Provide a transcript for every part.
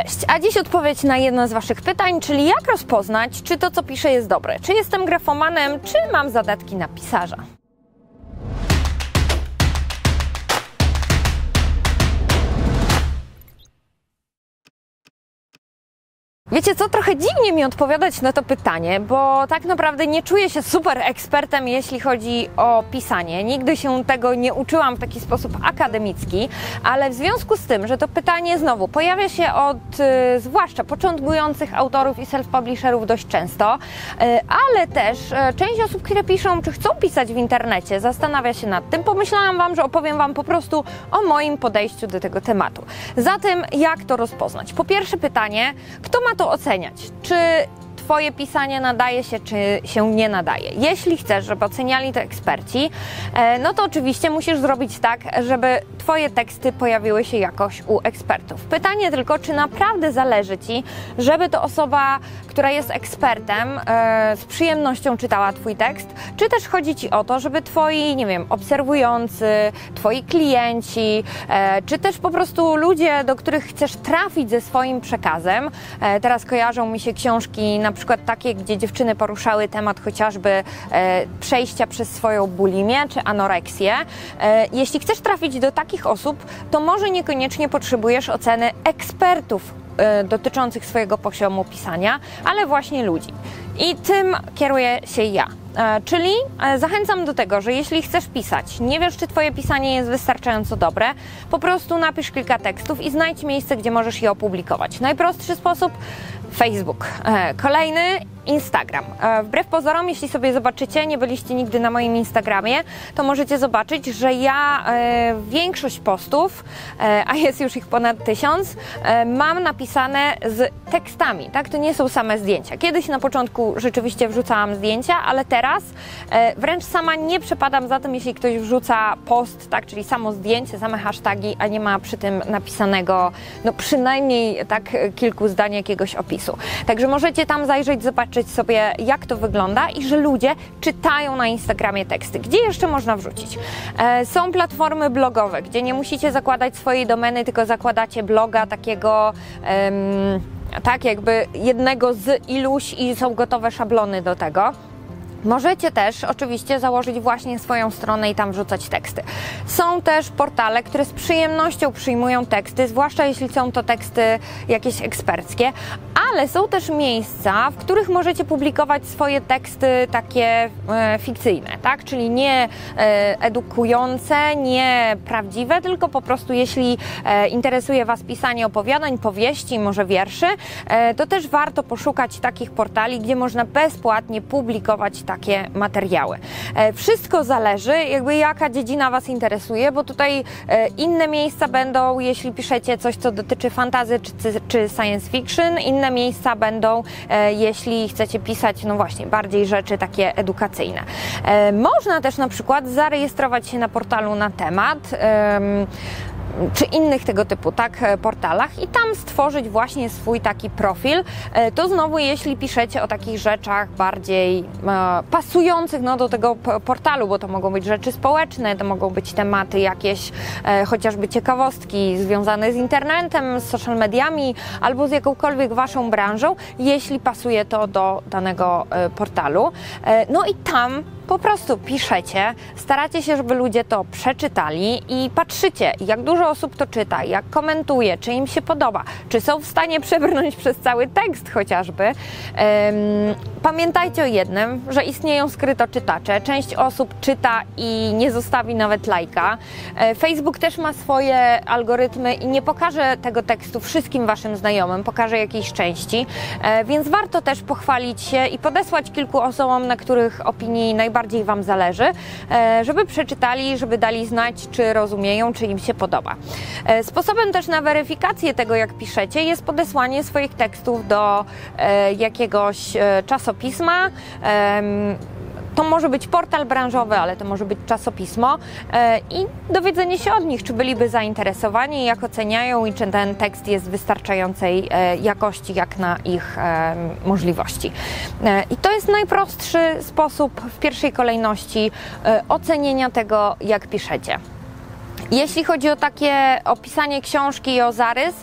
Cześć, a dziś odpowiedź na jedno z Waszych pytań, czyli jak rozpoznać, czy to, co piszę, jest dobre, czy jestem grafomanem, czy mam zadatki na pisarza. Wiecie co, trochę dziwnie mi odpowiadać na to pytanie, bo tak naprawdę nie czuję się super ekspertem, jeśli chodzi o pisanie. Nigdy się tego nie uczyłam w taki sposób akademicki, ale w związku z tym, że to pytanie znowu pojawia się od zwłaszcza początkujących autorów i self-publisherów dość często, ale też część osób, które piszą, czy chcą pisać w internecie, zastanawia się nad tym. Pomyślałam Wam, że opowiem Wam po prostu o moim podejściu do tego tematu. Zatem jak to rozpoznać? Po pierwsze pytanie, kto ma to oceniać? Czy Twoje pisanie nadaje się, czy się nie nadaje? Jeśli chcesz, żeby oceniali to eksperci, no to oczywiście musisz zrobić tak, żeby Twoje teksty pojawiły się jakoś u ekspertów. Pytanie tylko, czy naprawdę zależy Ci, żeby to osoba, która jest ekspertem, z przyjemnością czytała Twój tekst, czy też chodzi Ci o to, żeby Twoi, nie wiem, obserwujący, Twoi klienci, czy też po prostu ludzie, do których chcesz trafić ze swoim przekazem. Teraz kojarzą mi się książki na przykład takie, gdzie dziewczyny poruszały temat chociażby przejścia przez swoją bulimię czy anoreksję. Jeśli chcesz trafić do takich osób, to może niekoniecznie potrzebujesz oceny ekspertów dotyczących swojego poziomu pisania, ale właśnie ludzi. I tym kieruję się ja. Czyli zachęcam do tego, że jeśli chcesz pisać, nie wiesz, czy Twoje pisanie jest wystarczająco dobre, po prostu napisz kilka tekstów i znajdź miejsce, gdzie możesz je opublikować. Najprostszy sposób: Facebook. Kolejny: Instagram. Wbrew pozorom, jeśli sobie zobaczycie, nie byliście nigdy na moim Instagramie, to możecie zobaczyć, że ja większość postów, a jest już ich ponad 1000, mam napisane z tekstami, tak? To nie są same zdjęcia. Kiedyś na początku rzeczywiście wrzucałam zdjęcia, ale teraz wręcz sama nie przepadam za tym, jeśli ktoś wrzuca post, tak? Czyli samo zdjęcie, same hasztagi, a nie ma przy tym napisanego, no przynajmniej tak kilku zdań jakiegoś opisu. Także możecie tam zajrzeć, zobaczyć sobie, jak to wygląda i że ludzie czytają na Instagramie teksty. Gdzie jeszcze można wrzucić? Są platformy blogowe, gdzie nie musicie zakładać swojej domeny, tylko zakładacie bloga takiego, tak jakby jednego z iluś i są gotowe szablony do tego. Możecie też oczywiście założyć właśnie swoją stronę i tam wrzucać teksty. Są też portale, które z przyjemnością przyjmują teksty, zwłaszcza jeśli są to teksty jakieś eksperckie, ale są też miejsca, w których możecie publikować swoje teksty takie fikcyjne, tak? Czyli nie edukujące, nie prawdziwe, tylko po prostu jeśli interesuje Was pisanie opowiadań, powieści, może wierszy, to też warto poszukać takich portali, gdzie można bezpłatnie publikować takie materiały. Wszystko zależy, jakby jaka dziedzina Was interesuje, bo tutaj inne miejsca będą, jeśli piszecie coś, co dotyczy fantasy czy science fiction, inne miejsca będą, jeśli chcecie pisać, no właśnie, bardziej rzeczy takie edukacyjne. Można też na przykład zarejestrować się na portalu Na Temat, czy innych tego typu, tak, portalach i tam stworzyć właśnie swój taki profil. To znowu, jeśli piszecie o takich rzeczach bardziej pasujących do tego portalu, bo to mogą być rzeczy społeczne, to mogą być tematy jakieś, chociażby ciekawostki związane z internetem, z social mediami albo z jakąkolwiek Waszą branżą, jeśli pasuje to do danego portalu. No i tam po prostu piszecie, staracie się, żeby ludzie to przeczytali i patrzycie, jak dużo osób to czyta, jak komentuje, czy im się podoba, czy są w stanie przebrnąć przez cały tekst chociażby. Pamiętajcie o jednym, że istnieją skrytoczytacze. Część osób czyta i nie zostawi nawet lajka. Facebook też ma swoje algorytmy i nie pokaże tego tekstu wszystkim Waszym znajomym, pokaże jakiejś części, więc warto też pochwalić się i podesłać kilku osobom, na których opinii najbardziej Wam zależy, żeby przeczytali, żeby dali znać, czy rozumieją, czy im się podoba. Sposobem też na weryfikację tego, jak piszecie, jest podesłanie swoich tekstów do jakiegoś czasopisma. To może być portal branżowy, ale to może być czasopismo i dowiedzenie się od nich, czy byliby zainteresowani, jak oceniają i czy ten tekst jest wystarczającej jakości, jak na ich możliwości. I to jest najprostszy sposób w pierwszej kolejności ocenienia tego, jak piszecie. Jeśli chodzi o pisanie książki i o zarys,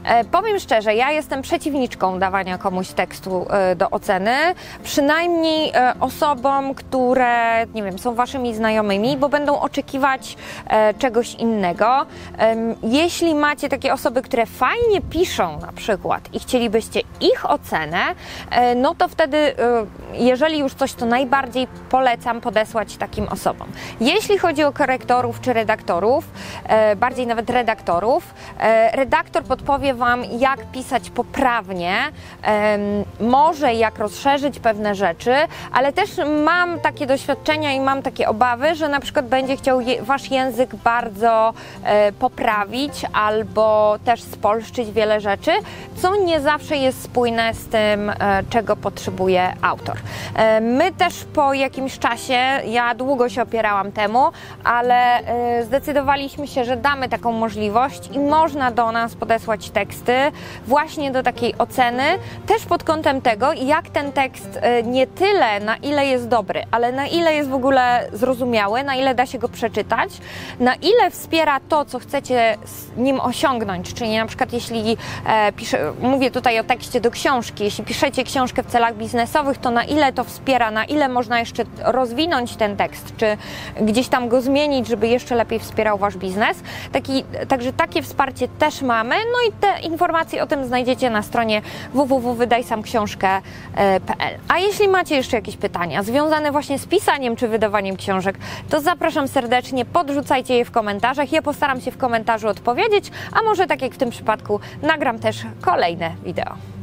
Powiem szczerze, ja jestem przeciwniczką dawania komuś tekstu do oceny, przynajmniej osobom, które, nie wiem, są waszymi znajomymi, bo będą oczekiwać czegoś innego. Jeśli macie takie osoby, które fajnie piszą na przykład i chcielibyście ich ocenę, no to wtedy, jeżeli już coś, to najbardziej polecam podesłać takim osobom. Jeśli chodzi o korektorów czy redaktorów, bardziej nawet redaktorów, redaktor podpowie wam, jak pisać poprawnie, może jak rozszerzyć pewne rzeczy, ale też mam takie doświadczenia i mam takie obawy, że na przykład będzie chciał wasz język bardzo poprawić albo też spolszczyć wiele rzeczy, co nie zawsze jest spójne z tym, czego potrzebuje autor. My też po jakimś czasie, ja długo się opierałam temu, ale zdecydowaliśmy się, że damy taką możliwość i można do nas podesłać teksty właśnie do takiej oceny, też pod kątem tego, jak ten tekst nie tyle na ile jest dobry, ale na ile jest w ogóle zrozumiały, na ile da się go przeczytać, na ile wspiera to, co chcecie z nim osiągnąć, czyli na przykład jeśli mówię tutaj o tekście do książki, jeśli piszecie książkę w celach biznesowych, to na ile to wspiera, na ile można jeszcze rozwinąć ten tekst, czy gdzieś tam go zmienić, żeby jeszcze lepiej wspierał wasz biznes. Także takie wsparcie też mamy, no i te informacje o tym znajdziecie na stronie www.wydajsamksiążkę.pl. A jeśli macie jeszcze jakieś pytania związane właśnie z pisaniem czy wydawaniem książek, to zapraszam serdecznie, podrzucajcie je w komentarzach, ja postaram się w komentarzu odpowiedzieć, a może tak jak w tym przypadku nagram też kolejne wideo.